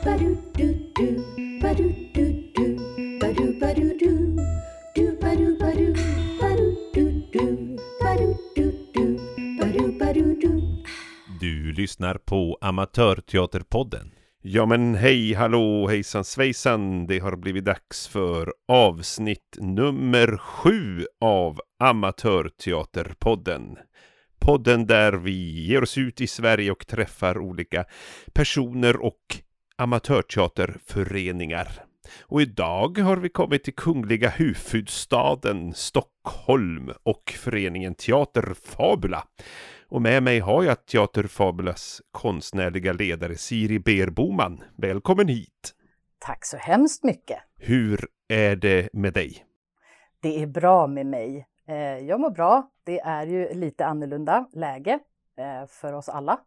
Ba-do-do-do, ba-do-do-do, ba-do-ba-do-do, do-ba-do-ba-do, ba-do-do-do, ba-do-do-do, ba-do-ba-do-do. Du lyssnar på Amatörteaterpodden. Ja men hej, hallå, hejsan svejsan. Det har blivit dags för avsnitt nummer 7 av Amatörteaterpodden. Podden där vi ger oss ut i Sverige och träffar olika personer och amatörteaterföreningar. Och idag har vi kommit till kungliga huvudstaden Stockholm och föreningen Teater Fabula. Och med mig har jag Teater Fabulas konstnärliga ledare Siri Berboman. Välkommen hit! Tack så hemskt mycket! Hur är det med dig? Det är bra med mig. Jag mår bra. Det är ju lite annorlunda läge för oss alla.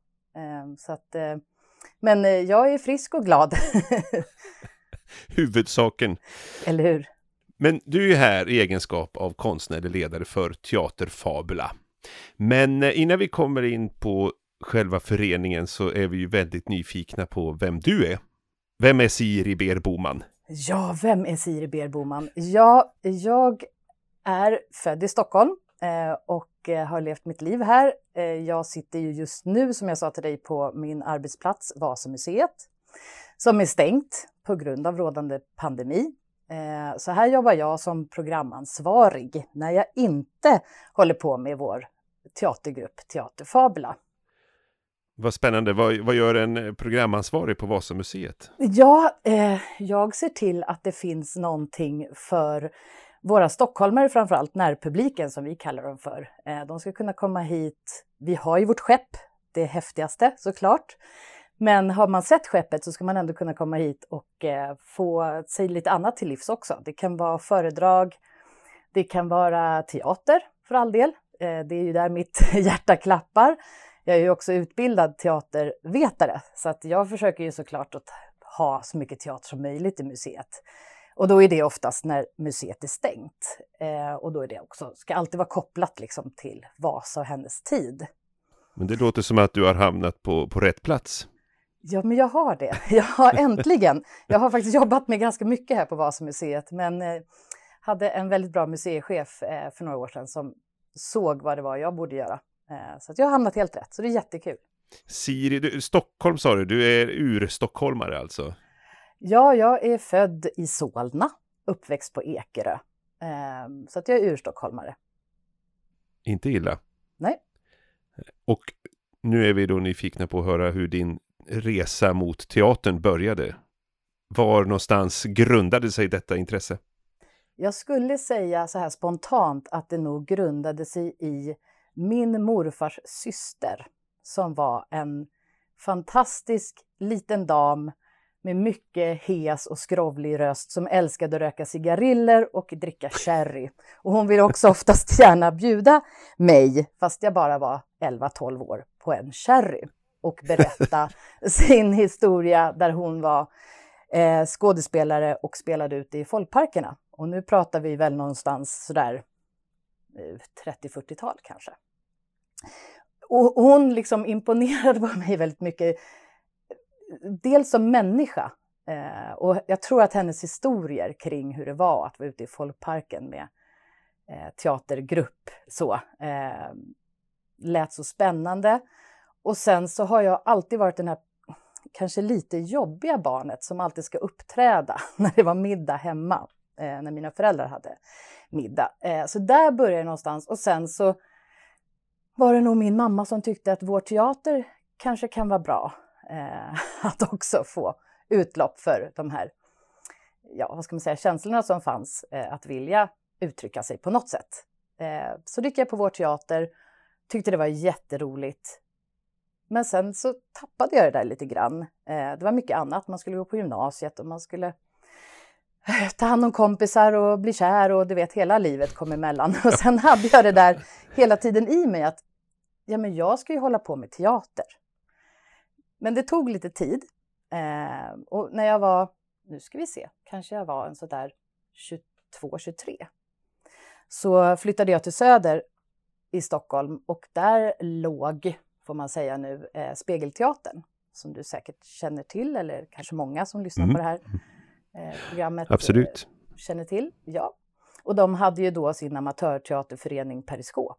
Men jag är frisk och glad. Huvudsaken. Eller hur? Men du är här i egenskap av konstnärlig ledare för Teater Fabula. Men innan vi kommer in på själva föreningen så är vi ju väldigt nyfikna på vem du är. Vem är Siri Berboman? Ja, vem är Siri Berboman? Ja, jag är född i Stockholm och har levt mitt liv här. Jag sitter ju just nu, som jag sa till dig, på min arbetsplats Vasamuseet, som är stängt på grund av rådande pandemi. Så här jobbar jag som programansvarig när jag inte håller på med vår teatergrupp Teater Fabula. Vad spännande. Vad gör en programansvarig på Vasamuseet? Ja, jag ser till att det finns någonting för våra stockholmare, framförallt närpubliken som vi kallar dem för. De ska kunna komma hit. Vi har ju vårt skepp, det häftigaste såklart. Men har man sett skeppet så ska man ändå kunna komma hit och få sig lite annat till livs också. Det kan vara föredrag, det kan vara teater för all del. Det är ju där mitt hjärta klappar. Jag är ju också utbildad teatervetare så att jag försöker ju såklart att ha så mycket teater som möjligt i museet. Och då är det oftast när museet är stängt. Och då är det också, ska alltid vara kopplat liksom till Vasa och hennes tid. Men det låter som att du har hamnat på rätt plats. Ja, men jag har det. Jag har äntligen. Jag har faktiskt jobbat med ganska mycket här på Vasamuseet. Men hade en väldigt bra museichef för några år sedan som såg vad det var jag borde göra. Så att jag har hamnat helt rätt. Så det är jättekul. Siri, Stockholm sa du är ur-stockholmare alltså? Ja, jag är född i Solna. Uppväxt på Ekerö. Så att jag är ur-stockholmare. Inte illa. Nej. Och nu är vi då nyfikna på att höra hur din resa mot teatern började. Var någonstans grundade sig detta intresse? Jag skulle säga så här spontant att det nog grundade sig i min morfars syster som var en fantastisk liten dam med mycket hes och skrovlig röst som älskade att röka cigariller och dricka sherry. Och hon ville också oftast gärna bjuda mig, fast jag bara var 11-12 år, på en sherry. Och berätta sin historia där hon var skådespelare och spelade ute i folkparkerna. Och nu pratar vi väl någonstans sådär 30-40-tal kanske. Och hon liksom imponerade på mig väldigt mycket. Dels som människa. Och jag tror att hennes historier kring hur det var att vara ute i folkparken med teatergrupp lät så spännande. Och sen så har jag alltid varit den här kanske lite jobbiga barnet som alltid ska uppträda när det var middag hemma. När mina föräldrar hade middag. Så där började jag någonstans. Och sen så var det nog min mamma som tyckte att vår teater kanske kan vara bra. Att också få utlopp för de här, ja vad ska man säga, känslorna som fanns. Att vilja uttrycka sig på något sätt. Så gick jag på vår teater. Tyckte det var jätteroligt. Men sen så tappade jag det där lite grann. Det var mycket annat. Man skulle gå på gymnasiet och man skulle ta hand om kompisar och bli kär och du vet hela livet kom emellan. Och sen hade jag det där hela tiden i mig att ja men jag ska ju hålla på med teater. Men det tog lite tid. Och när jag var, nu ska vi se, kanske jag var en sådär 22-23. Så flyttade jag till Söder i Stockholm och där låg, får man säga nu, Spegelteatern. som du säkert känner till, eller kanske många som lyssnar på det här programmet Absolut. Känner till. Ja. Och de hade ju då sin amatörteaterförening Periskop.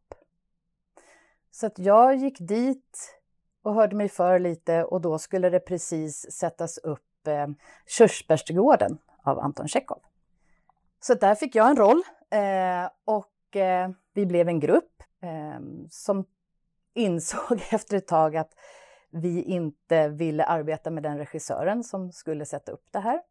Så att jag gick dit och hörde mig för lite, och då skulle det precis sättas upp Körsbärsträdgården av Anton Tjechov. Så där fick jag en roll och vi blev en grupp som insåg efter ett tag att vi inte ville arbeta med den regissören som skulle sätta upp det här.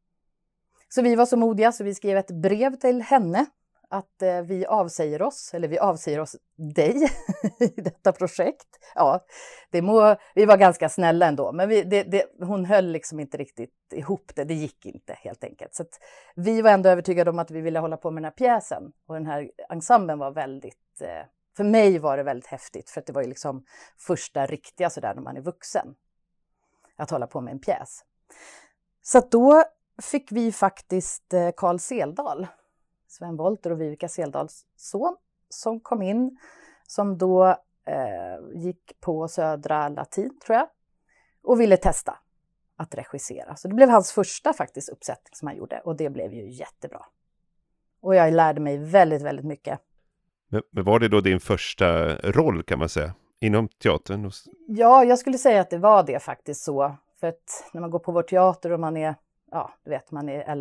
Så vi var så modiga så vi skrev ett brev till henne att vi avsäger oss dig i detta projekt. Ja, vi var ganska snälla ändå, men hon höll liksom inte riktigt ihop det gick inte helt enkelt. Så att vi var ändå övertygade om att vi ville hålla på med den här pjäsen, och den här ensemblen var väldigt, för mig var det väldigt häftigt, för att det var ju liksom första riktiga sådär när man är vuxen, att hålla på med en pjäs. Så att då fick vi faktiskt Carl Seldal, Sven Wollter och Vivica Seldals son, som kom in, som då gick på Södra Latin tror jag, och ville testa att regissera. Så det blev hans första faktiskt uppsättning som han gjorde, och det blev ju jättebra. Och jag lärde mig väldigt, väldigt mycket. Men var det då din första roll kan man säga, inom teatern? Ja, jag skulle säga att det var det faktiskt så. För att när man går på vår teater och man är, ja, du vet, man är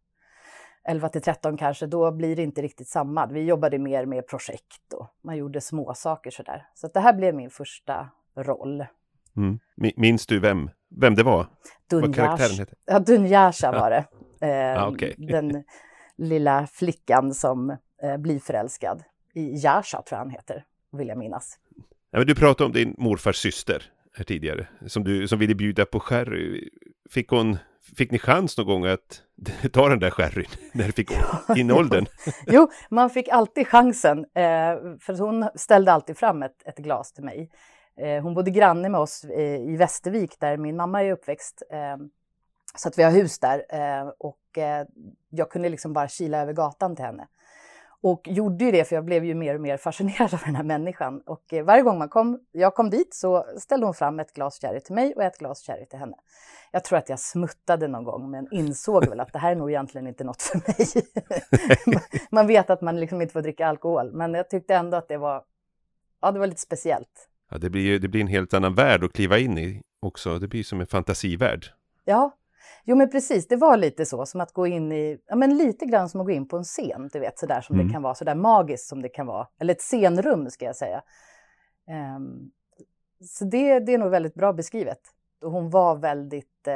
11 till 13 kanske, då blir det inte riktigt samma. Vi jobbade mer med projekt och man gjorde små saker sådär. Så att det här blev min första roll. Mm. Minns du vem det var? Vad karaktären hette? Ja, Dunjasha var det. Okay. Den lilla flickan som blir förälskad i Jasha, tror jag han heter, vill jag minnas. Ja, men du pratade om din morfars syster här tidigare, som ville bjuda på sherry. Fick ni chans någon gång att ta den där sherryn när du fick in åldern? Jo, man fick alltid chansen. För hon ställde alltid fram ett glas till mig. Hon bodde granne med oss i Västervik där min mamma är uppväxt. Så att vi har hus där. Och jag kunde liksom bara kila över gatan till henne. Och gjorde ju det, för jag blev ju mer och mer fascinerad av den här människan. Och varje gång jag kom dit så ställde hon fram ett glas sherry till mig och ett glas sherry till henne. Jag tror att jag smuttade någon gång, men insåg väl att det här är nog egentligen inte något för mig. Man vet att man liksom inte får dricka alkohol, men jag tyckte ändå att det var lite speciellt. Ja, det blir en helt annan värld att kliva in i också. Det blir som en fantasivärld. Ja. Jo, men precis, det var lite så som att gå in i, ja men lite grann som att gå in på en scen, du vet, sådär som det kan vara, sådär magiskt som det kan vara, eller ett scenrum ska jag säga. Så det är nog väldigt bra beskrivet. Och hon var väldigt,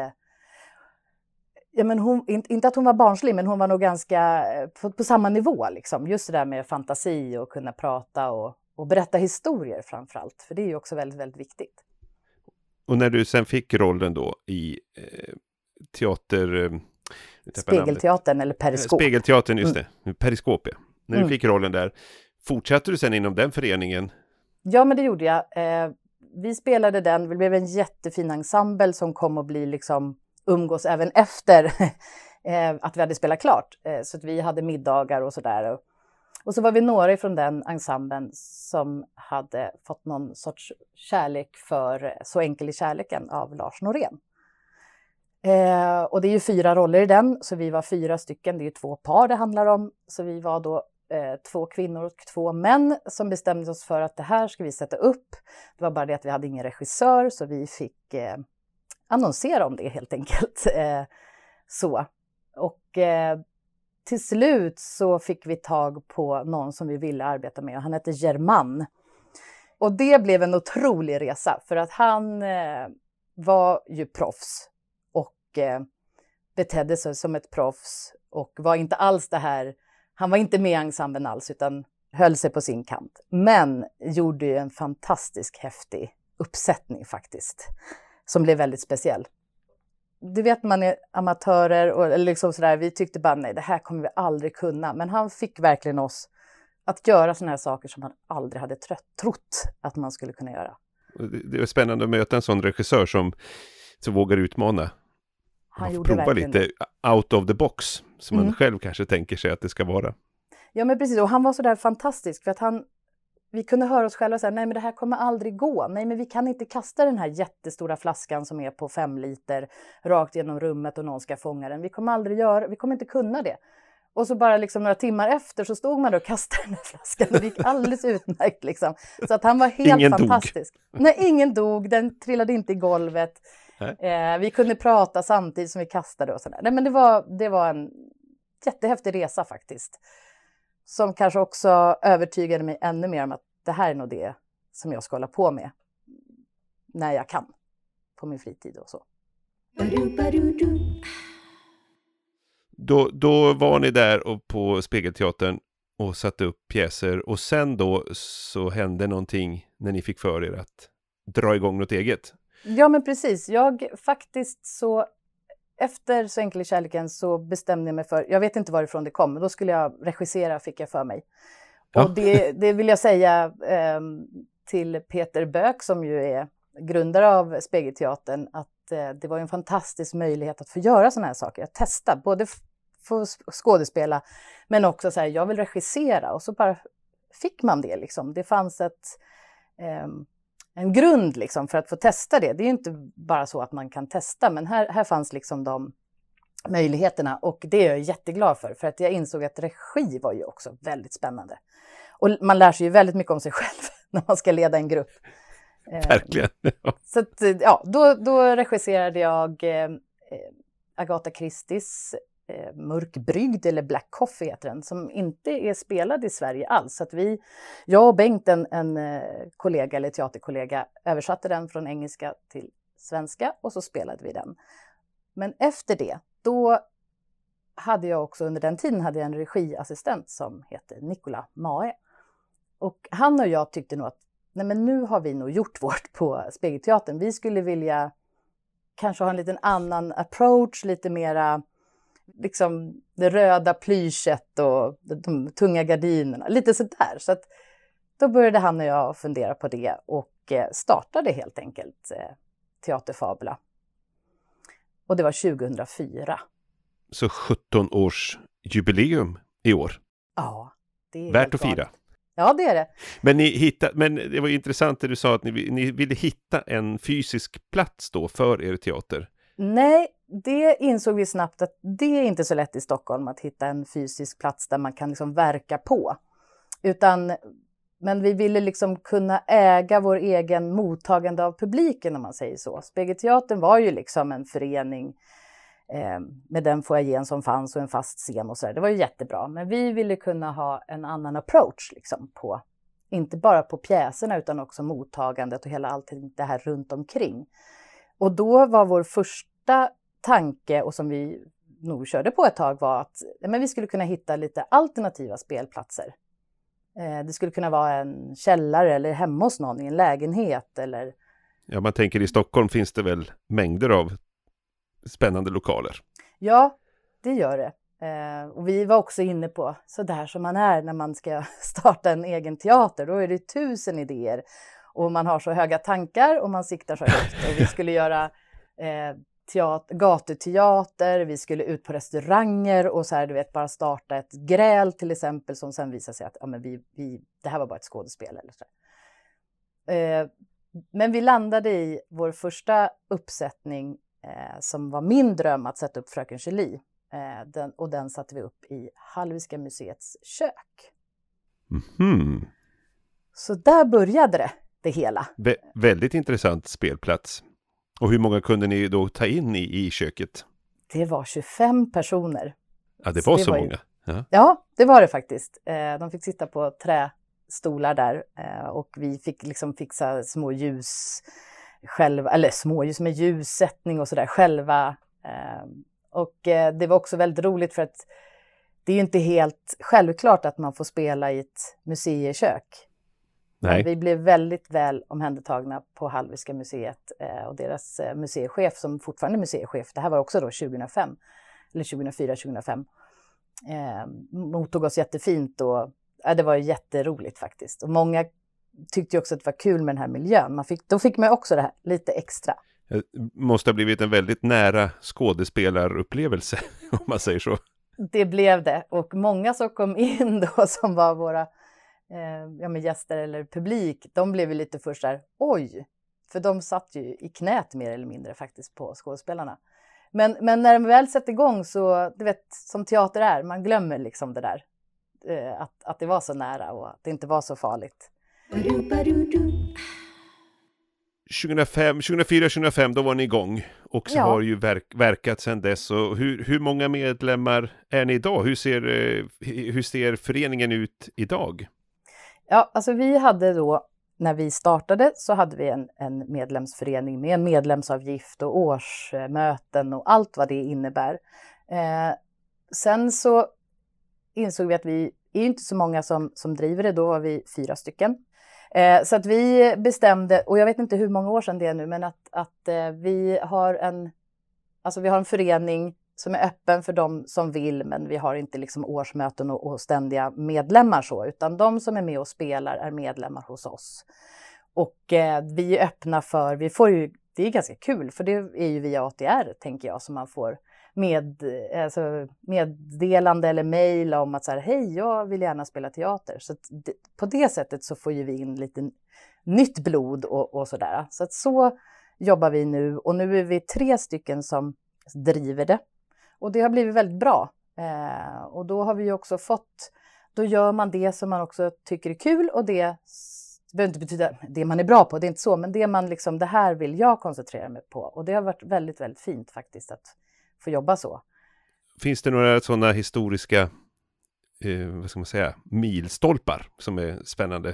inte att hon var barnslig, men hon var nog ganska på samma nivå liksom, just det där med fantasi och kunna prata och berätta historier framförallt, för det är ju också väldigt, väldigt viktigt. Och när du sen fick rollen då i teater... Spegelteatern eller Periskop. Spegelteatern, just det. Periskop, ja. När du fick rollen där, fortsatte du sen inom den föreningen? Ja, men det gjorde jag. Vi spelade den, det blev en jättefin ensemble som kom att bli liksom umgås även efter att vi hade spelat klart. Så att vi hade middagar och sådär. Och så var vi några från den ensemblen som hade fått någon sorts kärlek för Så enkel i kärleken av Lars Norén. Och det är ju 4 roller i den, så vi var 4 stycken, det är ju 2 par det handlar om. Så vi var då 2 kvinnor och 2 män som bestämde oss för att det här ska vi sätta upp. Det var bara det att vi hade ingen regissör, så vi fick annonsera om det helt enkelt. Så. Och till slut så fick vi tag på någon som vi ville arbeta med, och han heter German. Och det blev en otrolig resa, för att han var ju proffs. Betedde sig som ett proffs och var inte alls det här, han var inte med i ensemblen alls utan höll sig på sin kant, men gjorde ju en fantastisk häftig uppsättning faktiskt, som blev väldigt speciell. Du vet, man är amatörer och liksom sådär, vi tyckte bara nej, det här kommer vi aldrig kunna, men han fick verkligen oss att göra sådana här saker som man aldrig hade trott att man skulle kunna göra. Det är spännande att möta en sån regissör som vågar utmana. Han gjorde prova lite out of the box som man själv kanske tänker sig att det ska vara. Ja, men precis. Och han var så där fantastisk, för att han vi kunde höra oss själva säga, nej men det här kommer aldrig gå. Nej men vi kan inte kasta den här jättestora flaskan som är på 5 liter rakt genom rummet och någon ska fånga den. Vi kommer inte kunna det. Och så bara liksom några timmar efter så stod man och kastade den här flaskan. Det gick alldeles utmärkt liksom. Så att han var helt Ingen fantastisk. Nej, ingen dog. Den trillade inte i golvet. Vi kunde prata samtidigt som vi kastade och sådär. Nej men det var en jättehäftig resa faktiskt. Som kanske också övertygade mig ännu mer om att det här är nog det som jag ska hålla på med. När jag kan. På min fritid och så. Då var ni där och på Spegelteatern och satte upp pjäser. Och sen då så hände någonting när ni fick för er att dra igång något eget. Ja men precis. Jag faktiskt så... Efter Så enkel i kärleken så bestämde jag mig för... Jag vet inte varifrån det kom. Men då skulle jag regissera, fick jag för mig. Ja. Och det vill jag säga till Peter Böök som ju är grundare av Spegelteatern. Att det var en fantastisk möjlighet att få göra såna här saker. Att testa, både få skådespela men också så här, jag vill regissera. Och så bara fick man det liksom. Det fanns en grund liksom för att få testa det. Det är ju inte bara så att man kan testa, men här fanns liksom de möjligheterna och det är jag jätteglad för att jag insåg att regi var ju också väldigt spännande. Och man lär sig ju väldigt mycket om sig själv när man ska leda en grupp. Verkligen. Så att, ja, då regisserade jag Agatha Christies Mörkbrygd eller Black Coffee heter den, som inte är spelad i Sverige alls. Så att jag och Bengt, en kollega eller teaterkollega, översatte den från engelska till svenska och så spelade vi den. Men efter det, då hade jag också under den tiden en regiassistent som heter Nicola Mae. Och han och jag tyckte nog att nej men nu har vi nog gjort vårt på Spegelteatern. Vi skulle vilja kanske ha en liten annan approach, lite mera liksom det röda plyschet och de tunga gardinerna, lite sådär. Så att då började han och jag fundera på det och startade helt enkelt Teater Fabula. Och det var 2004. Så 17 års jubileum i år. Ja, det är värt att fira. Ja, det är det. Men det var ju intressant det du sa att ni ville hitta en fysisk plats då för er teater. Nej, det insåg vi snabbt att det är inte så lätt i Stockholm att hitta en fysisk plats där man kan liksom verka på. Men vi ville liksom kunna äga vår egen mottagande av publiken om man säger så. Spegelteatern var ju liksom en förening med den foajén som fanns och en fast scen och så där. Det var ju jättebra. Men vi ville kunna ha en annan approach liksom på, inte bara på pjäserna utan också mottagandet och hela allting det här runt omkring. Och då var vår första tanke, och som vi nog körde på ett tag, var att men vi skulle kunna hitta lite alternativa spelplatser. Det skulle kunna vara en källare eller hemma hos någon i en lägenhet. Eller... Ja, man tänker i Stockholm finns det väl mängder av spännande lokaler. Ja, det gör det. Och vi var också inne på så där som man är när man ska starta en egen teater. Då är det 1000 idéer. Och man har så höga tankar och man siktar så högt. Och vi skulle göra gatuteater, vi skulle ut på restauranger och så här, du vet, bara starta ett gräl till exempel som sen visar sig att ja, men det här var bara ett skådespel eller så. Men vi landade i vår första uppsättning som var min dröm att sätta upp Fröken Julie. Den satte vi upp i Hallwylska museets kök. Mm. Så där började det hela. Väldigt intressant spelplats. Och hur många kunde ni då ta in i köket? Det var 25 personer. Ja, det var så många. Ja, det var det faktiskt. De fick sitta på trästolar där och vi fick liksom fixa små ljus själva, eller småljus med ljussättning och sådär själva. Och det var också väldigt roligt för att det är ju inte helt självklart att man får spela i ett museikök. Nej. Vi blev väldigt väl omhändertagna på Hallwylska museet och deras museichef som fortfarande är museichef, det här var också då 2005, eller 2004-2005, mottog oss jättefint och det var jätteroligt faktiskt. Och många tyckte också att det var kul med den här miljön. Då fick man också det här lite extra. Det måste ha blivit en väldigt nära skådespelarupplevelse om man säger så. Det blev det och många som kom in då som var våra med gäster eller publik, de blev ju lite först där, oj, för de satt ju i knät mer eller mindre faktiskt på skådespelarna. Men när de väl sätter igång så, du vet, som teater är, man glömmer liksom det där, att det var så nära och att det inte var så farligt. 2004-2005 då var ni igång och så har ju verkat sedan dess. Och hur många medlemmar är ni idag? Hur ser föreningen ut idag? Ja, alltså vi hade då, när vi startade så hade vi en medlemsförening med en medlemsavgift och årsmöten och allt vad det innebär. Sen så insåg vi att vi är inte så många som driver det, då var vi 4 stycken. Så att vi bestämde, och jag vet inte hur många år sedan det är nu, men att vi har en förening som är öppen för de som vill, men vi har inte liksom årsmöten och ständiga medlemmar så, utan de som är med och spelar är medlemmar hos oss. Och vi är öppna för, det är ganska kul, för det är ju via ATR tänker jag, som man får meddelande eller mejl om att så här, hej, jag vill gärna spela teater. Så på det sättet så får ju vi in lite nytt blod och sådär. Så jobbar vi nu, och nu är vi 3 stycken som driver det. Och det har blivit väldigt bra. Och då har vi också då gör man det som man också tycker är kul, och det behöver inte betyda det man är bra på, det är inte så, men det man liksom, det här vill jag koncentrera mig på. Och det har varit väldigt, väldigt fint faktiskt att få jobba så. Finns det några sådana historiska milstolpar som är spännande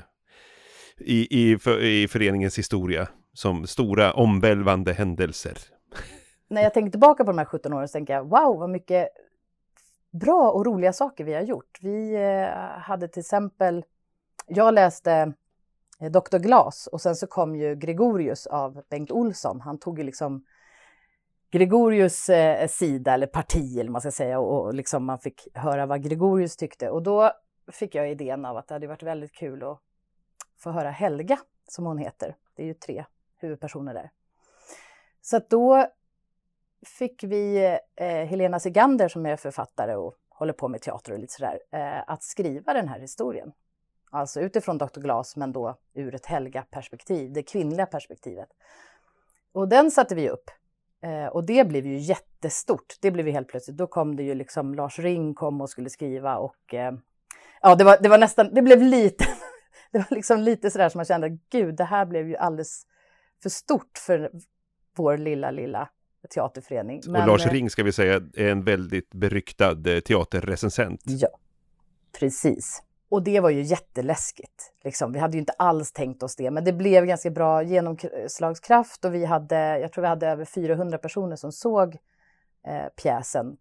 i föreningens historia, som stora omvälvande händelser? När jag tänker tillbaka på de här 17 åren så tänker jag, wow, vad mycket bra och roliga saker vi har gjort. Vi hade till exempel, jag läste Dr. Glas, och sen så kom ju Gregorius av Bengt Olsson. Han tog ju liksom Gregorius sida eller parti, eller man ska säga, och liksom man fick höra vad Gregorius tyckte. Och då fick jag idén av att det hade varit väldigt kul att få höra Helga, som hon heter. Det är ju 3 huvudpersoner där. Så att då fick vi Helena Sigander, som är författare och håller på med teater och lite sådär, att skriva den här historien. Alltså utifrån Dr. Glas, men då ur ett Helga-perspektiv, det kvinnliga perspektivet. Och den satte vi upp. Och det blev ju jättestort. Det blev ju helt plötsligt. Då kom det ju liksom, Lars Ring kom och skulle skriva, och det var nästan, det blev lite, det var liksom lite sådär som man kände, gud, det här blev ju alldeles för stort för vår lilla teaterförening. Men, och Lars Ring, ska vi säga, är en väldigt beryktad teaterrecensent. Ja, precis. Och det var ju jätteläskigt. Liksom. Vi hade ju inte alls tänkt oss det. Men det blev ganska bra genomslagskraft. Och jag tror vi hade över 400 personer som såg pjäsen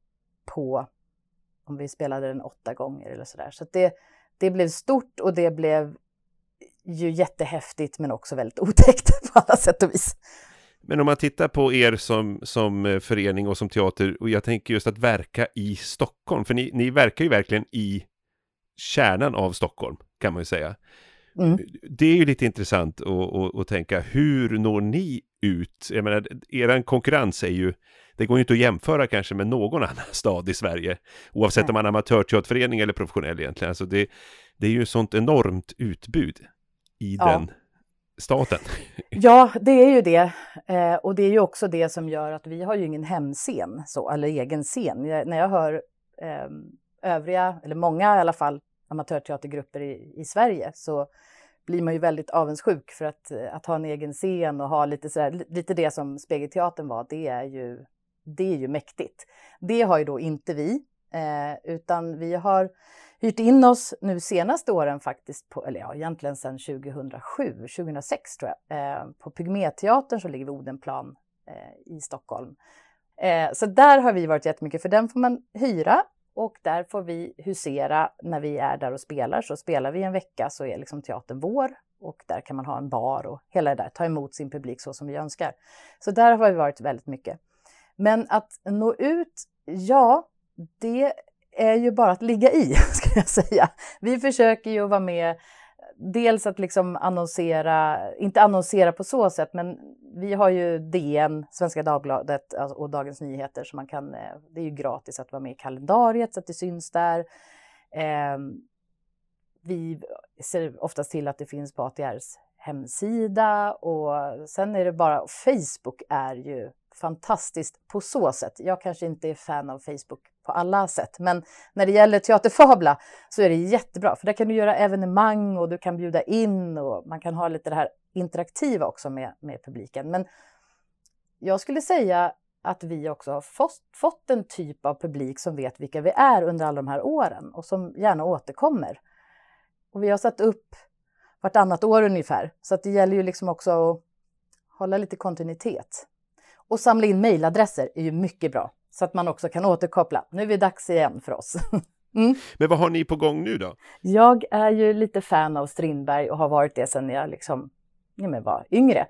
om vi spelade den 8 gånger eller sådär. Så att det blev stort, och det blev ju jättehäftigt, men också väldigt otäckt på alla sätt och vis. Men om man tittar på er som förening och som teater, och jag tänker just att verka i Stockholm, för ni verkar ju verkligen i kärnan av Stockholm, kan man ju säga. Mm. Det är ju lite intressant att tänka, hur når ni ut? Jag menar, eran konkurrens är ju, det går ju inte att jämföra kanske med någon annan stad i Sverige, oavsett om man är amatörteaterförening eller professionell egentligen. Alltså det är ju sånt enormt utbud i den staten. Ja, det är ju det. Och det är ju också det som gör att vi har ju ingen hemscen, eller egen scen. När jag hör övriga, eller många i alla fall, amatörteatergrupper i Sverige, så blir man ju väldigt avundsjuk för att ha en egen scen och ha lite det som Spegelteatern var. Det är ju mäktigt. Det har ju då inte vi, utan vi har hyrt in oss nu senaste åren faktiskt, egentligen sedan 2006 tror jag, på Pygméteatern som ligger vid Odenplan i Stockholm. Så där har vi varit jättemycket, för den får man hyra. Och där får vi husera när vi är där och spelar. Så spelar vi en vecka så är liksom teatern vår. Och där kan man ha en bar och hela det där. Ta emot sin publik så som vi önskar. Så där har vi varit väldigt mycket. Men att nå ut, det är ju bara att ligga i, ska jag säga. Vi försöker ju vara med, dels att liksom inte annonsera på så sätt, men vi har ju DN, Svenska Dagbladet och Dagens Nyheter, så det är ju gratis att vara med i kalendariet så att det syns där. Vi ser oftast till att det finns på ATRs hemsida, och sen är det bara, Facebook är ju fantastiskt på så sätt. Jag kanske inte är fan av Facebook på alla sätt, men när det gäller Teaterfabula så är det jättebra, för där kan du göra evenemang och du kan bjuda in och man kan ha lite det här interaktiva också med publiken. Men jag skulle säga att vi också har fått en typ av publik som vet vilka vi är under alla de här åren och som gärna återkommer. Och vi har satt upp vartannat år ungefär, så att det gäller ju liksom också att hålla lite kontinuitet. Och samla in mejladresser är ju mycket bra, så att man också kan återkoppla. Nu är det dags igen för oss. Men vad har ni på gång nu då? Jag är ju lite fan av Strindberg och har varit det sedan jag var yngre.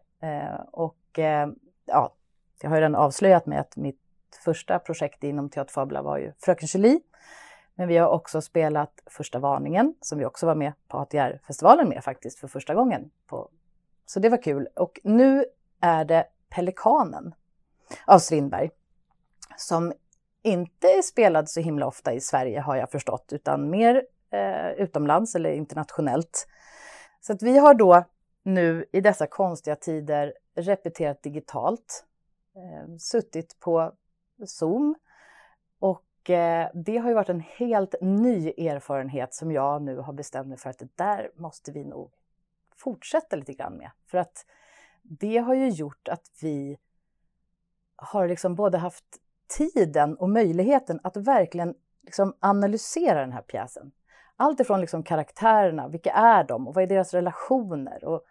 Jag har ju redan avslöjat mig att mitt första projekt inom Teaterfabula var ju Fröken Julie. Men vi har också spelat Första varningen, som vi också var med på ATR-festivalen med faktiskt för första gången. Så det var kul. Och nu är det Pelikanen av Strindberg, som inte är spelad så himla ofta i Sverige har jag förstått, utan mer utomlands eller internationellt. Så att vi har då nu i dessa konstiga tider repeterat digitalt, suttit på Zoom, och det har ju varit en helt ny erfarenhet som jag nu har bestämt mig för att det där måste vi nog fortsätta lite grann med. För att det har ju gjort att vi har liksom både haft tiden och möjligheten att verkligen liksom analysera den här pjäsen. Allt ifrån liksom karaktärerna, vilka är de och vad är deras relationer och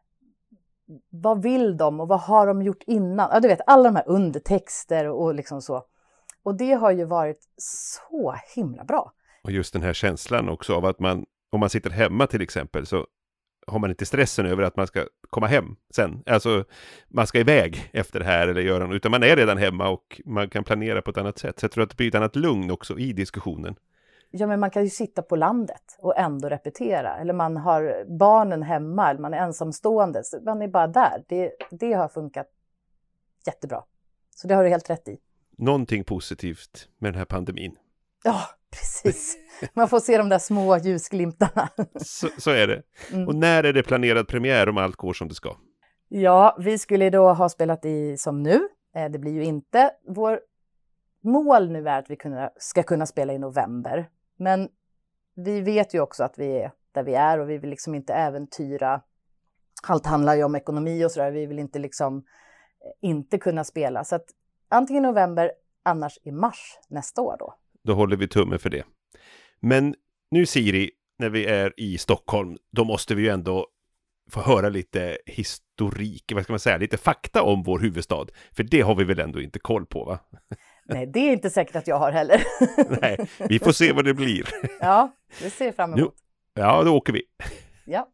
vad vill de och vad har de gjort innan? Ja, du vet, alla de här undertexter och liksom så. Och det har ju varit så himla bra. Och just den här känslan också av att om man sitter hemma till exempel, så har man inte stressen över att man ska komma hem sen. Alltså man ska iväg efter det här eller göra något, utan man är redan hemma och man kan planera på ett annat sätt. Så jag tror att det blir ett annat lugn också i diskussionen. Ja, men man kan ju sitta på landet och ändå repetera. Eller man har barnen hemma, eller man är ensamstående. Så man är bara där. Det har funkat jättebra. Så det har du helt rätt i. Någonting positivt med den här pandemin. Ja, precis. Man får se de där små ljusglimtarna. Så är det. Och när är det planerad premiär om allt går som det ska? Ja, vi skulle då ha spelat som nu. Det blir ju inte. Vår mål nu är att vi ska kunna spela i november. Men vi vet ju också att vi är där vi är och vi vill liksom inte äventyra. Allt handlar ju om ekonomi och sådär. Vi vill inte liksom inte kunna spela. Så att antingen i november, annars i mars nästa år då. Då håller vi tummen för det. Men nu Siri, när vi är i Stockholm, då måste vi ju ändå få höra lite historik, vad ska man säga, lite fakta om vår huvudstad. För det har vi väl ändå inte koll på, va? Nej, det är inte säkert att jag har heller. Nej, vi får se vad det blir. Ja, det ser fram emot. Nu, ja, då åker vi. Ja.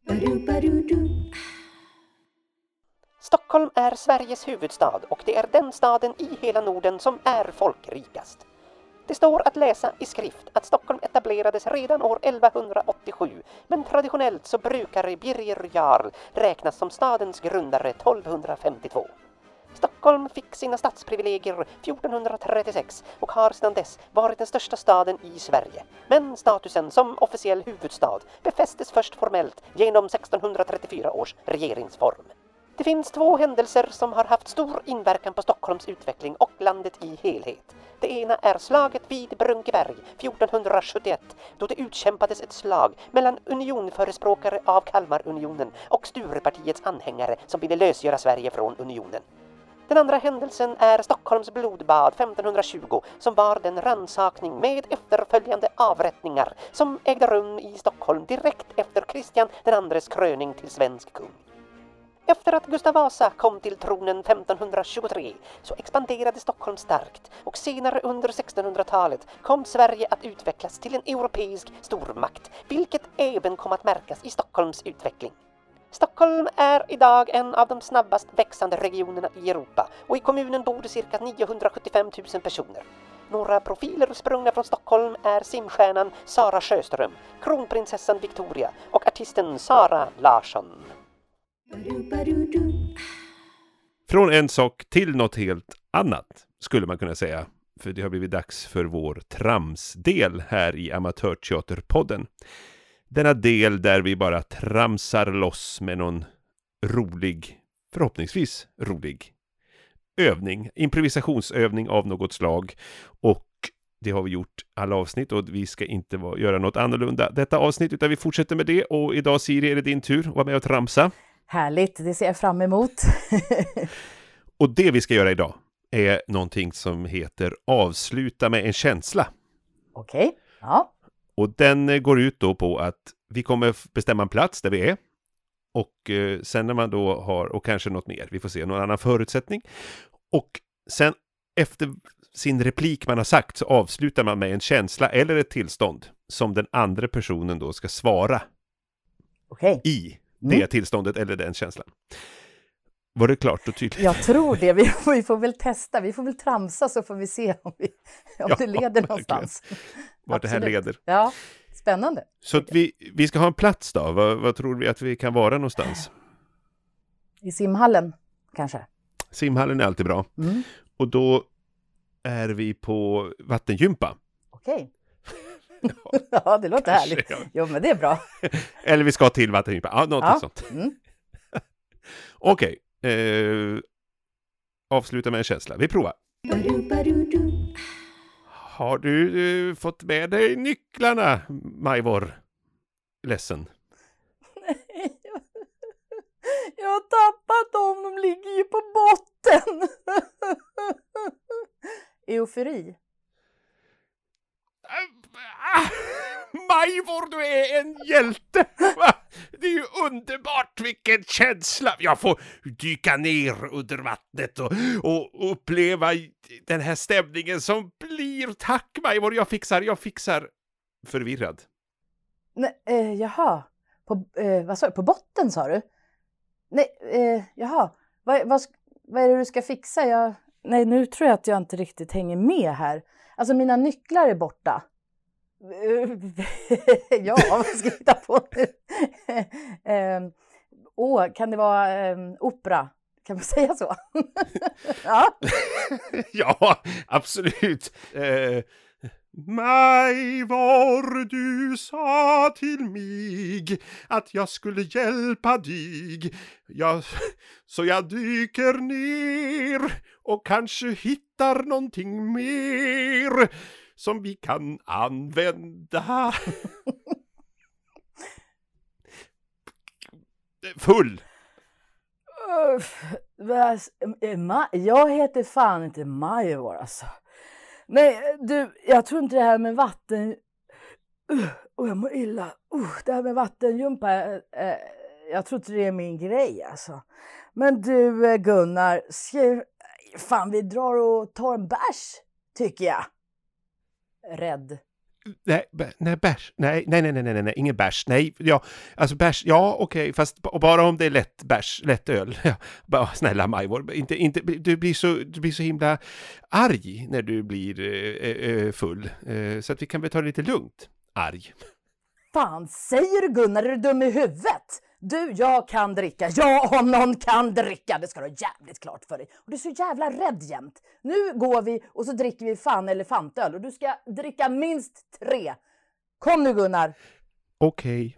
Stockholm är Sveriges huvudstad och det är den staden i hela Norden som är folkrikast. Det står att läsa i skrift att Stockholm etablerades redan år 1187, men traditionellt så brukar Birger Jarl räknas som stadens grundare 1252. Stockholm fick sina stadsprivilegier 1436 och har sedan dess varit den största staden i Sverige. Men statusen som officiell huvudstad befästes först formellt genom 1634 års regeringsform. Det finns två händelser som har haft stor inverkan på Stockholms utveckling och landet i helhet. Det ena är slaget vid Brunkeberg 1471, då det utkämpades ett slag mellan unionförespråkare av Kalmarunionen och Sturepartiets anhängare som ville lösgöra Sverige från unionen. Den andra händelsen är Stockholms blodbad 1520, som var den rannsakning med efterföljande avrättningar som ägde rum i Stockholm direkt efter Kristian II:s kröning till svensk kung. Efter att Gustav Vasa kom till tronen 1523 så expanderade Stockholm starkt och senare under 1600-talet kom Sverige att utvecklas till en europeisk stormakt, vilket även kom att märkas i Stockholms utveckling. Stockholm är idag en av de snabbast växande regionerna i Europa och i kommunen bor cirka 975 000 personer. Några profiler sprungna från Stockholm är simstjärnan Sara Sjöström, kronprinsessan Victoria och artisten Sara Larsson. Från en sak till något helt annat skulle man kunna säga. För det har blivit dags för vår tramsdel här i Amatörteaterpodden. Denna del där vi bara tramsar loss med någon rolig, förhoppningsvis rolig övning, improvisationsövning av något slag. Och det har vi gjort alla avsnitt och vi ska inte göra något annorlunda detta avsnitt, utan vi fortsätter med det. Och idag, Siri, är det din tur att vara med och tramsa. Härligt, det ser jag fram emot. Och det vi ska göra idag är någonting som heter avsluta med en känsla. Okej, ja. Och den går ut då på att vi kommer bestämma en plats där vi är. Och sen när man då har, och kanske något mer, vi får se någon annan förutsättning. Och sen efter sin replik man har sagt så avslutar man med en känsla eller ett tillstånd som den andra personen då ska svara i det tillståndet eller den känslan. Var det klart och tydligt? Jag tror det. Vi får väl testa. Vi får väl tramsa så får vi se om det leder någonstans. Vart det här leder. Ja, spännande. Så att vi ska ha en plats då. Vad tror vi att vi kan vara någonstans? I simhallen kanske. Simhallen är alltid bra. Mm. Och då är vi på vattengympa. Okej. Ja, det låter härligt. Jo, men det är bra. Eller vi ska till vattengympa. Ja, något sånt. Mm. Okej. Avsluta med en känsla. Vi provar. Har du fått med dig nycklarna, Majvor? Ledsen. Nej, jag har tappat dem. De ligger ju på botten. Eufori. Majvor, du är en hjälte! Det är ju underbart, vilken känsla! Jag får dyka ner under vattnet och uppleva den här stämningen som blir. Tack Majvor, jag fixar. Förvirrad. Nej, jaha. Vad sa du? På botten sa du? Nej, jaha. Vad är det du ska fixa? Nej, nu tror jag att jag inte riktigt hänger med här. Alltså mina nycklar är borta. Ja, vad ska jag hitta på nu? Kan det vara opera? Kan man säga så? Ja. Ja, absolut. Majvor, du sa till mig att jag skulle hjälpa dig. Så jag dyker ner och kanske hittar någonting mer som vi kan använda. Full. Jag heter fan inte Majvor alltså. Nej, du, jag tror inte det här med vatten... jag mår illa. Det här med vattengympa, jag tror inte det är min grej alltså. Men du, Gunnar, fan vi drar och tar en bärs, tycker jag. Rädd. Nej, bärs. Nej, ingen bärs. Nej, ja, alltså bärs, ja, okej, fast bara om det är lätt bärs, lätt öl. Ja, bara, snälla Majvor, inte, du blir så himla arg när du blir full. Så att vi kan väl ta det lite lugnt. Arg. Fan, säger du Gunnar, är du dum i huvudet? Du, jag kan dricka. Ja, om någon kan dricka. Det ska du ha jävligt klart för dig. Och du är så jävla rädd jämt. Nu går vi och så dricker vi fan elefantöl. Och du ska dricka minst 3. Kom nu Gunnar. Okej.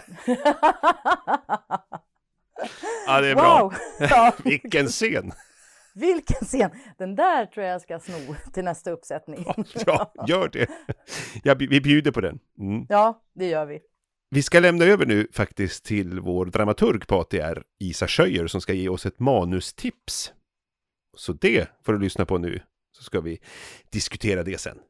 Ja, det är bra. Wow. Ja. Vilken scen. Vilken scen. Den där tror jag ska sno till nästa uppsättning. Ja, gör det. Ja, vi bjuder på den. Mm. Ja, det gör vi. Vi ska lämna över nu faktiskt till vår dramaturg på ATR, Isa Schöjer, som ska ge oss ett manustips. Så det får du lyssna på nu, så ska vi diskutera det sen.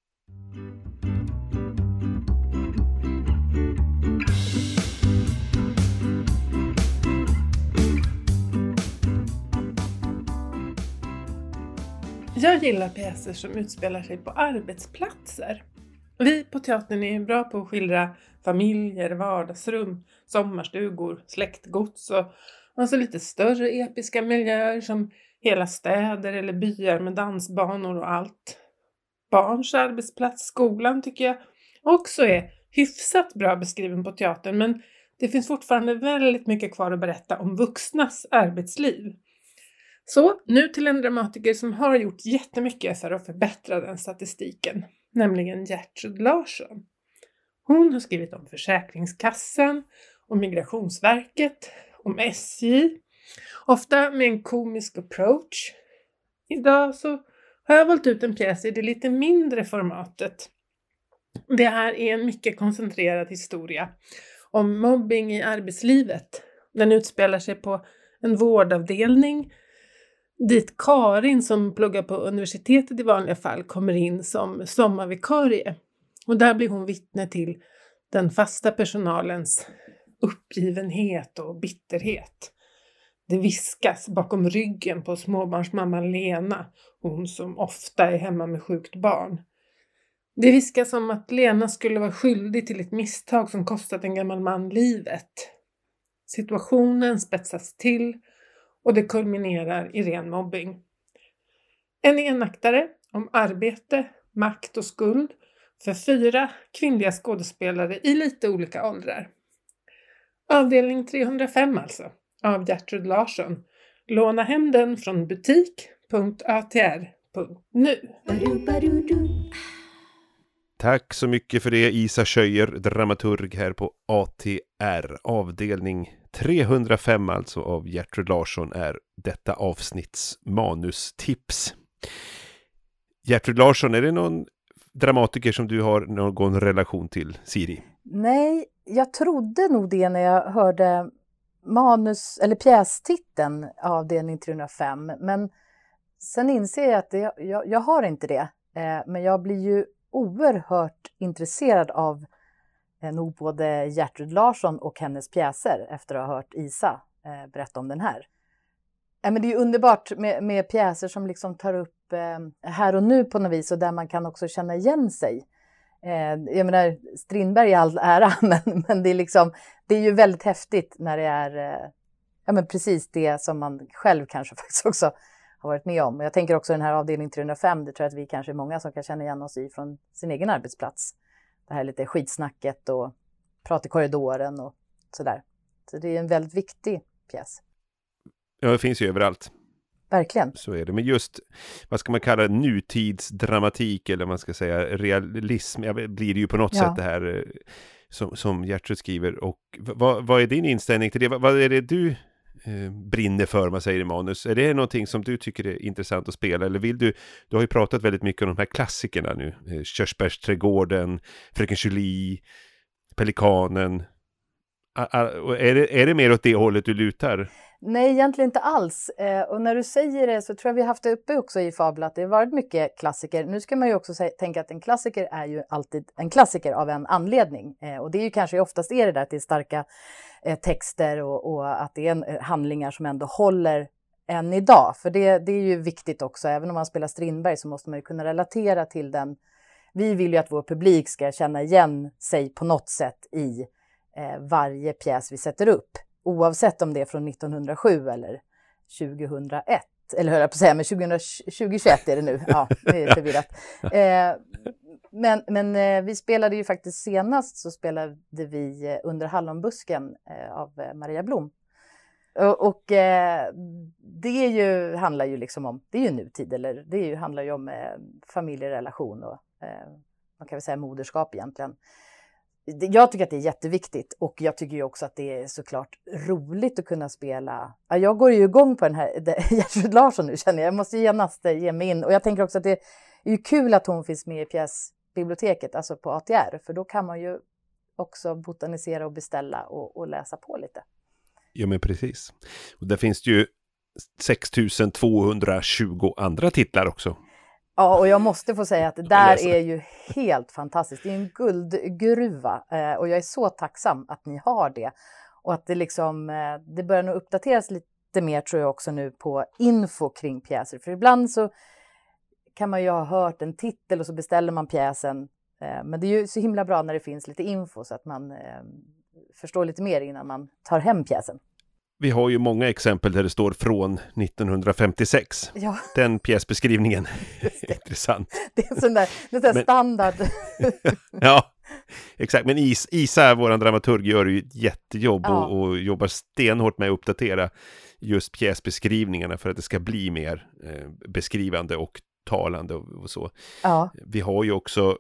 Jag gillar pjäser som utspelar sig på arbetsplatser. Vi på teatern är bra på att skildra familjer, vardagsrum, sommarstugor, släktgods och alltså lite större episka miljöer som hela städer eller byar med dansbanor och allt. Barns arbetsplats, skolan tycker jag också är hyfsat bra beskriven på teatern, men det finns fortfarande väldigt mycket kvar att berätta om vuxnas arbetsliv. Så nu till en dramatiker som har gjort jättemycket för att förbättra den statistiken, nämligen Gertrud Larsson. Hon har skrivit om Försäkringskassan, om Migrationsverket, om SJ, ofta med en komisk approach. Idag så har jag valt ut en pjäs i det lite mindre formatet. Det här är en mycket koncentrerad historia om mobbing i arbetslivet. Den utspelar sig på en vårdavdelning dit Karin, som pluggar på universitetet i vanliga fall, kommer in som sommarvikarie. Och där blir hon vittne till den fasta personalens uppgivenhet och bitterhet. Det viskas bakom ryggen på småbarnsmamman Lena, hon som ofta är hemma med sjukt barn. Det viskas om att Lena skulle vara skyldig till ett misstag som kostat en gammal man livet. Situationen spetsas till och det kulminerar i ren mobbing. En enaktare om arbete, makt och skuld för 4 kvinnliga skådespelare i lite olika åldrar. Avdelning 305 alltså, av Gertrud Larsson. Låna hem den från butik.atr.nu. Tack så mycket för det, Isa Schöjer, dramaturg här på ATR. Avdelning 305 alltså av Gertrud Larsson är detta avsnitts manustips. Gertrud Larsson, är det någon dramatiker som du har någon relation till, Siri? Nej, jag trodde nog det när jag hörde manus eller pjästiteln avdelning 305. Men sen inser jag att jag har inte det. Men jag blir ju oerhört intresserad av nog både Gertrud Larsson och hennes pjäser efter att ha hört Isa berätta om den här. Men det är ju underbart med pjäser som liksom tar upp här och nu på något vis och där man kan också känna igen sig. Jag menar, Strindberg i all ära, men det är liksom, det är ju väldigt häftigt när det är precis det som man själv kanske faktiskt också har varit med om. Jag tänker också den här avdelning 305, det tror jag att vi kanske är många som kan känna igen oss i från sin egen arbetsplats. Det här lite skitsnacket och prat i korridoren och sådär. Så det är en väldigt viktig pjäs. Ja, det finns ju överallt. Verkligen. Så är det. Men just, vad ska man kalla det, nutidsdramatik eller man ska säga realism, blir det ju på något sätt det här som Gertrud skriver. Och vad är din inställning till det? Vad är det du brinner för, man säger i manus? Är det någonting som du tycker är intressant att spela? Eller vill du har ju pratat väldigt mycket om de här klassikerna nu. Körsbärsträdgården, Fröken Julie, Pelikanen. Är det mer åt det hållet du lutar? Nej, egentligen inte alls. Och när du säger det så tror jag vi haft det uppe också i Fabel att det har varit mycket klassiker. Nu ska man ju också tänka att en klassiker är ju alltid en klassiker av en anledning. Och det är ju kanske oftast är det där att det är starka texter och att det är handlingar som ändå håller än idag. För det är ju viktigt också. Även om man spelar Strindberg så måste man ju kunna relatera till den. Vi vill ju att vår publik ska känna igen sig på något sätt i varje pjäs vi sätter upp. Oavsett om det är från 1907 eller 2001. Eller hör jag på att säga, men 2021 är det nu. Ja, det är förvirrat. Men vi spelade ju faktiskt senast så spelade vi Under hallonbusken av Maria Blom. Och det är ju, handlar ju liksom om, det är ju nutid, eller det är ju, handlar ju om familjerelation och man kan väl säga moderskap egentligen. Jag tycker att det är jätteviktigt och jag tycker ju också att det är såklart roligt att kunna spela. Ja, jag går ju igång på den här Gertrud Larsson nu, känner jag måste genast ge mig in. Och jag tänker också att det är ju kul att hon finns med i pjäsbiblioteket, alltså på ATR. För då kan man ju också botanisera och beställa och läsa på lite. Ja, men precis. Och där finns det ju 6220 andra titlar också. Ja, och jag måste få säga att det där är ju helt fantastiskt. Det är en guldgruva och jag är så tacksam att ni har det. Och att det liksom, det börjar nog uppdateras lite mer tror jag också nu på info kring pjäser. För ibland så kan man ju ha hört en titel och så beställer man pjäsen. Men det är ju så himla bra när det finns lite info så att man förstår lite mer innan man tar hem pjäsen. Vi har ju många exempel där det står från 1956. Ja. Den pjäsbeskrivningen är intressant. Det är sån där standard. Ja, exakt. Men Isa, våran dramaturg, gör ju ett jättejobb och jobbar stenhårt med att uppdatera just pjäsbeskrivningarna för att det ska bli mer beskrivande och talande och så. Ja. Vi har ju också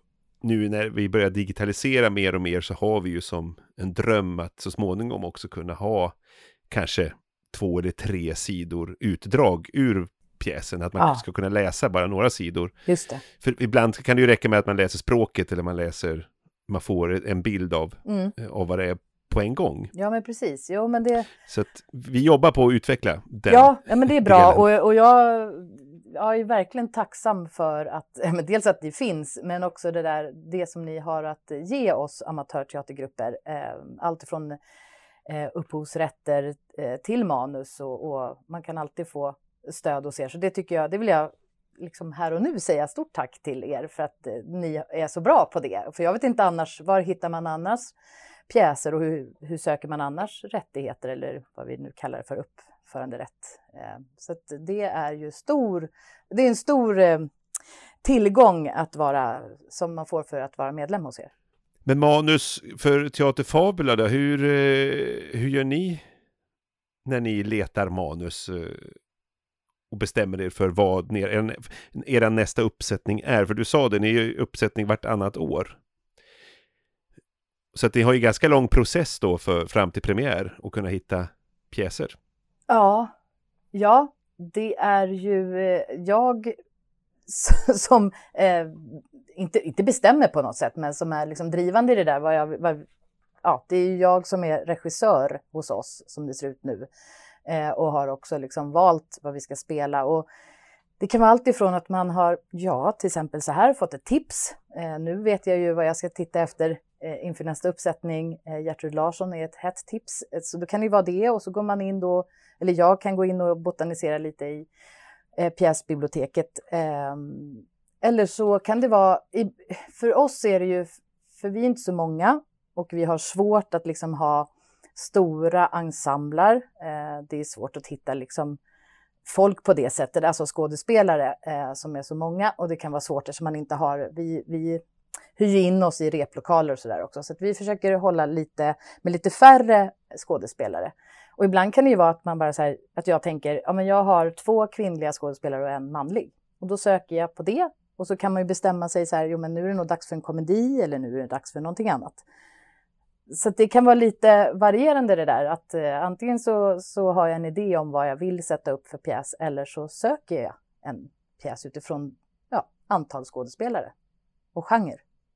nu när vi börjar digitalisera mer och mer så har vi ju som en dröm att så småningom också kunna ha kanske 2 eller 3 sidor utdrag ur pjäsen. Att man ska kunna läsa bara några sidor. Just det. För ibland kan det ju räcka med att man läser språket eller man får en bild av vad det är på en gång. Ja, men precis. Jo, men det... Så att vi jobbar på att utveckla den. Ja, men det är bra. Och jag är verkligen tacksam för att dels att det finns, men också det som ni har att ge oss amatörteatergrupper. Allt från upphovsrätter till manus och man kan alltid få stöd hos er. Så det vill jag liksom här och nu säga stort tack till er för att ni är så bra på det. För jag vet inte annars, var hittar man annars pjäser och hur söker man annars rättigheter eller vad vi nu kallar det för, uppföranderätt. Så att det är ju en stor tillgång som man får för att vara medlem hos er. Men manus för Teater Fabula då, hur gör ni när ni letar manus och bestämmer er för vad era nästa uppsättning är? För du sa det, ni är ju uppsättning vartannat år. Så att ni har ju ganska lång process då fram till premiär och kunna hitta pjäser. Ja, det är ju jag som inte bestämmer på något sätt, men som är liksom drivande i det där. Det är ju jag som är regissör hos oss som det ser ut nu. Och har också liksom valt vad vi ska spela. Och det kan vara allt ifrån att man har, till exempel så här, fått ett tips. Nu vet jag ju vad jag ska titta efter inför nästa uppsättning. Gertrud Larsson är ett hett tips. Så då kan det ju vara det, och så går man in då, eller jag kan gå in och botanisera lite i pjäsbiblioteket. Eller så kan det vara, för oss är det ju, för vi är inte så många och vi har svårt att liksom ha stora ensembler. Det är svårt att hitta liksom folk på det sättet, alltså skådespelare som är så många, och det kan vara svårt eftersom man inte har, vi hyr in oss i replokaler och sådär också, så att vi försöker hålla med lite färre skådespelare. Och ibland kan det ju vara att man bara så här, att jag tänker, men jag har 2 kvinnliga skådespelare och en manlig, och då söker jag på det, och så kan man ju bestämma sig så här, men nu är det nog dags för en komedi eller nu är det dags för någonting annat. Så det kan vara lite varierande det där, att antingen så har jag en idé om vad jag vill sätta upp för pjäs, eller så söker jag en pjäs utifrån antal skådespelare och genre.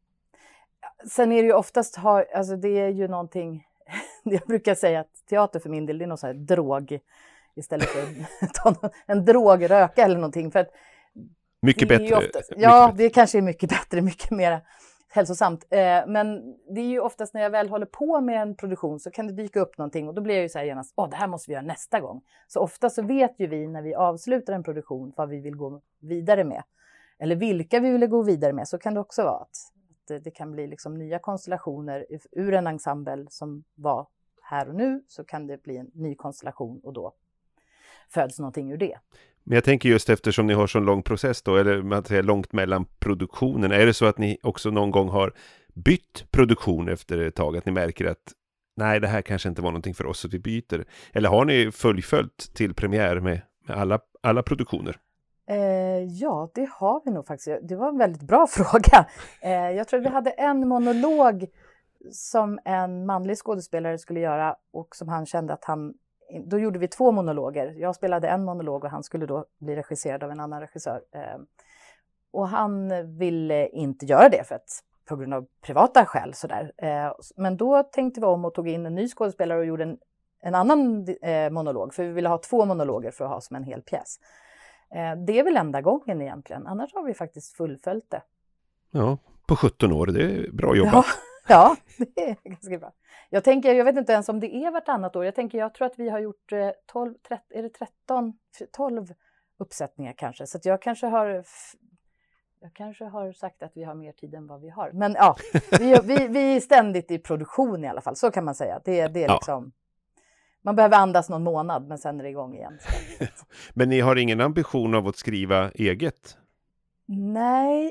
Sen är det ju oftast, alltså det är ju någonting, jag brukar säga att teater för min del, det är någon sån här drog istället för att ta en drogröka eller någonting. För att mycket bättre. Det kanske är mycket bättre, mycket mer hälsosamt. Men det är ju oftast när jag väl håller på med en produktion så kan det dyka upp någonting, och då blir jag ju så här genast, det här måste vi göra nästa gång. Så ofta så vet ju vi när vi avslutar en produktion vad vi vill gå vidare med. Eller vilka vi vill gå vidare med. Så kan det också vara att det kan bli liksom nya konstellationer ur en ensemble som var här och nu, så kan det bli en ny konstellation och då föds någonting ur det. Men jag tänker just eftersom ni har så lång process då, eller man säger långt mellan produktionen, är det så att ni också någon gång har bytt produktion efter ett tag, att ni märker att nej, det här kanske inte var någonting för oss så vi byter, eller har ni fullföljt till premiär med alla produktioner? Ja, det har vi nog faktiskt. Det var en väldigt bra fråga. Jag tror att vi hade en monolog som en manlig skådespelare skulle göra, och som han kände att då gjorde vi 2 monologer. Jag spelade en monolog och han skulle då bli regisserad av en annan regissör. Och han ville inte göra det på grund av privata skäl. Sådär. Men då tänkte vi om och tog in en ny skådespelare och gjorde en annan monolog. För vi ville ha 2 monologer för att ha som en hel pjäs. Det är väl enda gången egentligen. Annars har vi faktiskt fullföljt det. Ja, på 17 år. Det är bra jobbat. Ja, det är ganska bra. Jag vet inte ens om det är vartannat år. Jag tror att vi har gjort 12 uppsättningar kanske. Så att jag kanske har sagt att vi har mer tid än vad vi har. Men ja, vi är ständigt i produktion i alla fall. Så kan man säga. Det är liksom... Man behöver andas någon månad, men sen är det igång igen. Men ni har ingen ambition av att skriva eget? Nej,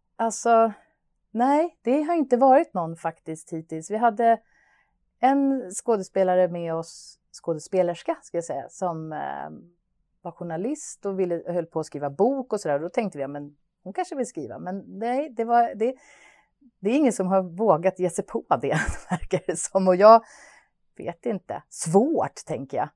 det har inte varit någon faktiskt hittills. Vi hade en skådespelare med oss, skådespelerska ska jag säga, som var journalist och höll på att skriva bok och sådär. Då tänkte vi, men hon kanske vill skriva. Men nej, det är ingen som har vågat ge sig på det, verkar det som. Och jag vet inte. Svårt, tänker jag.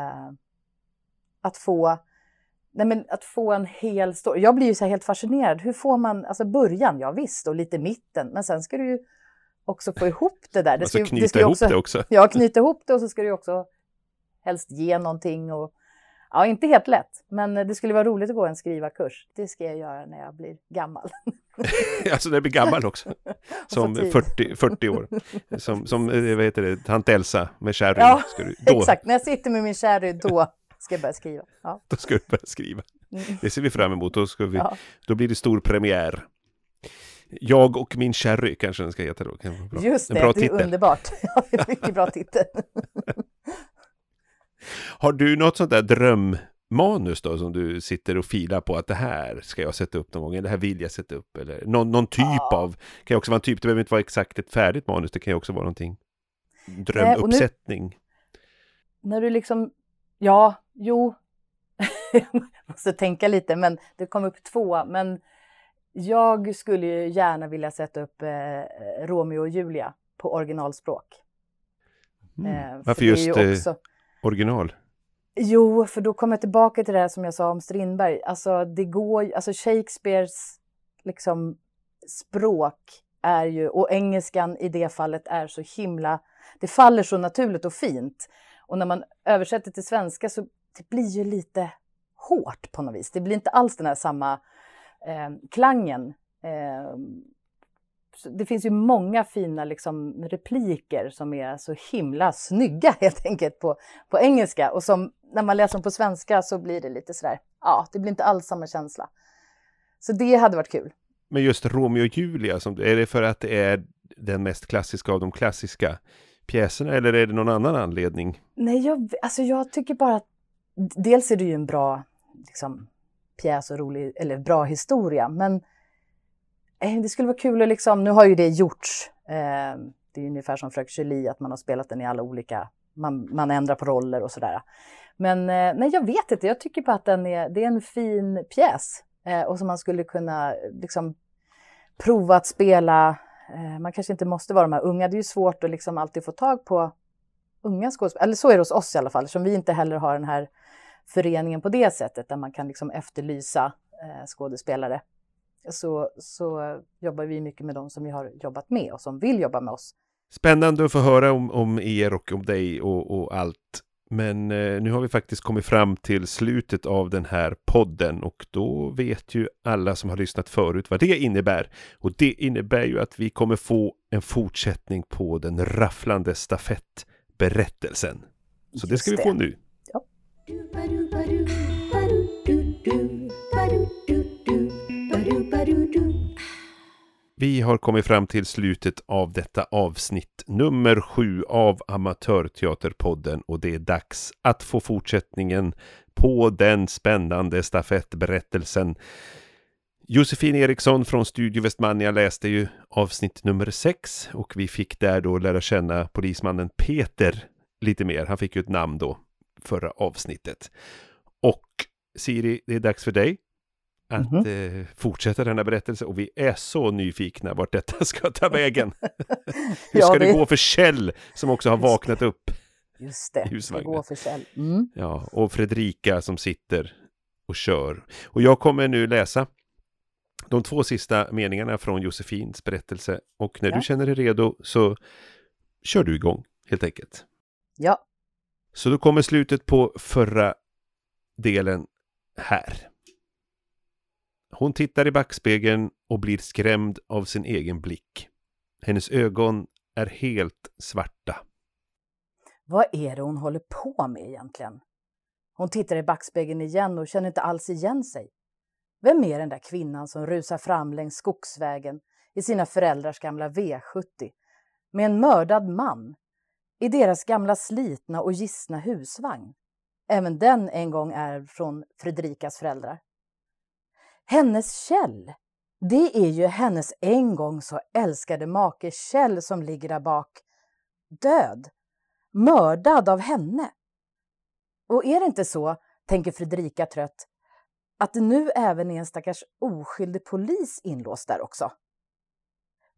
Att få en hel story. Jag blir ju så här helt fascinerad. Hur får man, alltså början, ja visst, och lite mitten. Men sen ska du ju också få ihop det där. Alltså knyta ihop det också. Ja, knyta ihop det, och så ska du ju också helst ge någonting. Och, ja, inte helt lätt. Men det skulle vara roligt att gå en skrivarkurs. Det ska jag göra när jag blir gammal. Alltså när jag blir gammal också. Som 40 år. Som vad heter det, tant Elsa med sherry. Ja, då, exakt. När jag sitter med min sherry, då ska jag börja skriva. Ja. Då ska du börja skriva. Det ser vi fram emot. Då blir det stor premiär. Jag och min sherry kanske den ska heta då. Just det, en bra det är titel. Underbart. Ja, det är mycket bra titel. Har du något sånt där drömmanus då som du sitter och filar på att det här ska jag sätta upp någon gång, eller det här vill jag sätta upp, eller någon typ av, kan ju också vara en typ, det behöver inte vara exakt ett färdigt manus, det kan ju också vara någonting drömuppsättning. När du liksom, jag måste tänka lite, men det kom upp 2, men jag skulle ju gärna vilja sätta upp Romeo och Julia på originalspråk. Varför just också original? Jo, för då kommer jag tillbaka till det här som jag sa om Strindberg. Alltså Shakespeares liksom språk är ju, och engelskan i det fallet är så himla, det faller så naturligt och fint. Och när man översätter till svenska så det blir ju lite hårt på något vis. Det blir inte alls den här samma klangen. Det finns ju många fina liksom repliker som är så himla snygga helt enkelt på engelska. Och som när man läser dem på svenska så blir det lite sådär, ja, det blir inte alls samma känsla. Så det hade varit kul. Men just Romeo och Julia, är det för att det är den mest klassiska av de klassiska pjäserna, eller är det någon annan anledning? Nej, jag tycker bara att dels är det ju en bra liksom, pjäs och rolig, eller bra historia, men det skulle vara kul att liksom, nu har ju det gjorts, det är ju ungefär som Fröken Julie, att man har spelat den i alla olika, man ändrar på roller och sådär. Men nej, jag vet inte, jag tycker bara att det är en fin pjäs, och som man skulle kunna liksom prova att spela. Man kanske inte måste vara de här unga, det är ju svårt att liksom alltid få tag på unga skådespelare, eller så är det hos oss i alla fall, som vi inte heller har den här föreningen på det sättet, där man kan liksom efterlysa skådespelare. Så jobbar vi mycket med dem som vi har jobbat med och som vill jobba med oss. Spännande att få höra om er och om dig och allt. Men nu har vi faktiskt kommit fram till slutet av den här podden, och då vet ju alla som har lyssnat förut vad det innebär. Och det innebär ju att vi kommer få en fortsättning på den rafflande stafettberättelsen. Så det ska vi få nu. Ja. Vi har kommit fram till slutet av detta avsnitt nummer 7 av Amatörteaterpodden, och det är dags att få fortsättningen på den spännande stafettberättelsen. Josefin Eriksson från Studio Westmania läste ju avsnitt nummer 6, och vi fick där då lära känna polismannen Peter lite mer. Han fick ju ett namn då förra avsnittet. Och Siri, det är dags för dig att fortsätta den här berättelsen, och vi är så nyfikna vart detta ska ta vägen. Hur ska det gå för Kjell som också har vaknat upp? Just det, det går för Kjell. Ja, och Fredrika som sitter och kör. Och jag kommer nu läsa de 2 sista meningarna från Josefins berättelse, och när du känner dig redo så kör du igång helt enkelt. Ja. Så då kommer slutet på förra delen här. Hon tittar i backspegeln och blir skrämd av sin egen blick. Hennes ögon är helt svarta. Vad är det hon håller på med egentligen? Hon tittar i backspegeln igen och känner inte alls igen sig. Vem är den där kvinnan som rusar fram längs skogsvägen i sina föräldrars gamla V70 med en mördad man i deras gamla slitna och gissna husvagn? Även den en gång är från Fredrikas föräldrar. Hennes Kjell, det är ju hennes en gång så älskade make Kjell som ligger där bak. Död, mördad av henne. Och är det inte så, tänker Fredrika trött, att det nu även är en stackars oskyldig polis inlåst där också?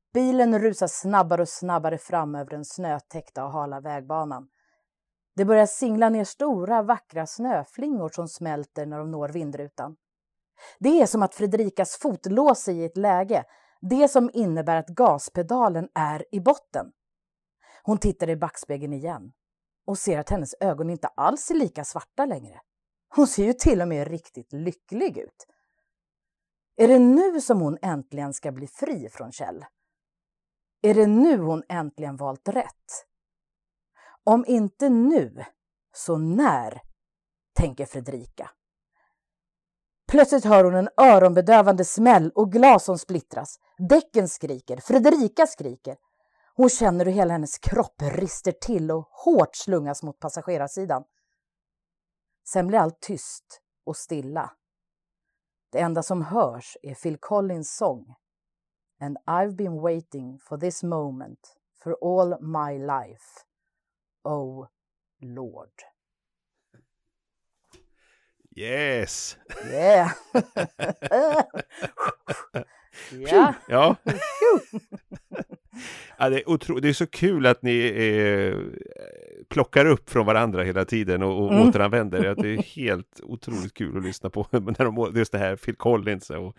Bilen rusar snabbare och snabbare fram över den snötäckta och hala vägbanan. Det börjar singla ner stora vackra snöflingor som smälter när de når vindrutan. Det är som att Fredrikas fot låser i ett läge, det som innebär att gaspedalen är i botten. Hon tittar i backspegeln igen och ser att hennes ögon inte alls är lika svarta längre. Hon ser ju till och med riktigt lycklig ut. Är det nu som hon äntligen ska bli fri från Kjell? Är det nu hon äntligen valt rätt? Om inte nu, så när, tänker Fredrika. Plötsligt hör hon en öronbedövande smäll och glas som splittras. Däcken skriker, Fredrika skriker. Hon känner hur hela hennes kropp rister till och hårt slungas mot passagerarsidan. Sen blir allt tyst och stilla. Det enda som hörs är Phil Collins sång. And I've been waiting for this moment for all my life. Oh Lord. Yes! Yeah! Ja. Ja. Ja, det är så kul att ni plockar upp från varandra hela tiden och återanvänder det. Det är helt otroligt kul att lyssna på när just det här Phil Collins och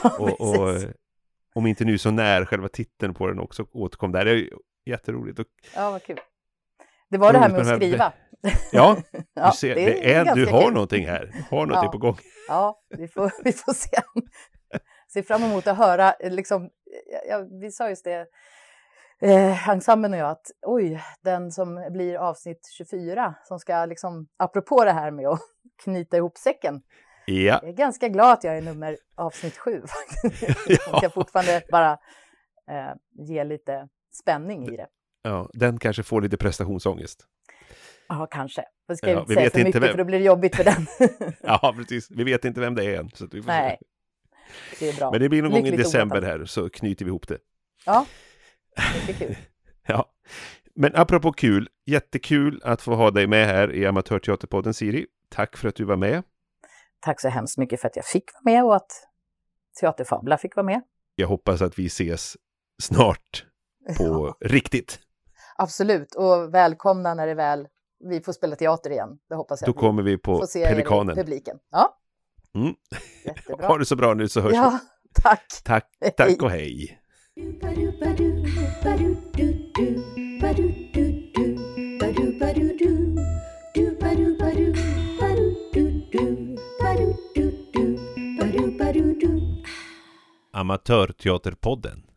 om inte nu så när själva titeln på den också återkom där. Det är jätteroligt. Ja, vad kul. Det var det här med att skriva. Ja, ja, du ser, du har kul. Någonting här. Du har någonting på gång. Ja, vi får se. Se fram emot att höra, liksom, vi sa just det, ensemblen och jag, att den som blir avsnitt 24, som ska liksom, apropå det här med att knyta ihop säcken. Ja. Jag är ganska glad att jag är nummer avsnitt 7. Jag ska fortfarande bara ge lite spänning i det. Ja, den kanske får lite prestationsångest. Ja, kanske. Jag ska inte vi säga vet för inte mycket vem. för då blir det jobbigt för den. Ja, precis. Vi vet inte vem det är än. Så att vi får Nej, se. det är bra. Men det blir någon gång i Lyckligt december oväntat. här så knyter vi ihop det. Ja, mycket kul. Ja. Men apropå kul, jättekul att få ha dig med här i Amatörteaterpodden, Siri. Tack för att du var med. Tack så hemskt mycket för att jag fick vara med och att Teaterfabula fick vara med. Jag hoppas att vi ses snart på riktigt. Absolut, och välkomna när det väl vi får spela teater igen. Det hoppas jag. Då kommer vi på får se Pelikanen. er i publiken. Ja. Mm. Jättebra. Ha det så bra nu så hörs Ja, vi. tack. Tack och hej. Amatörteaterpodden.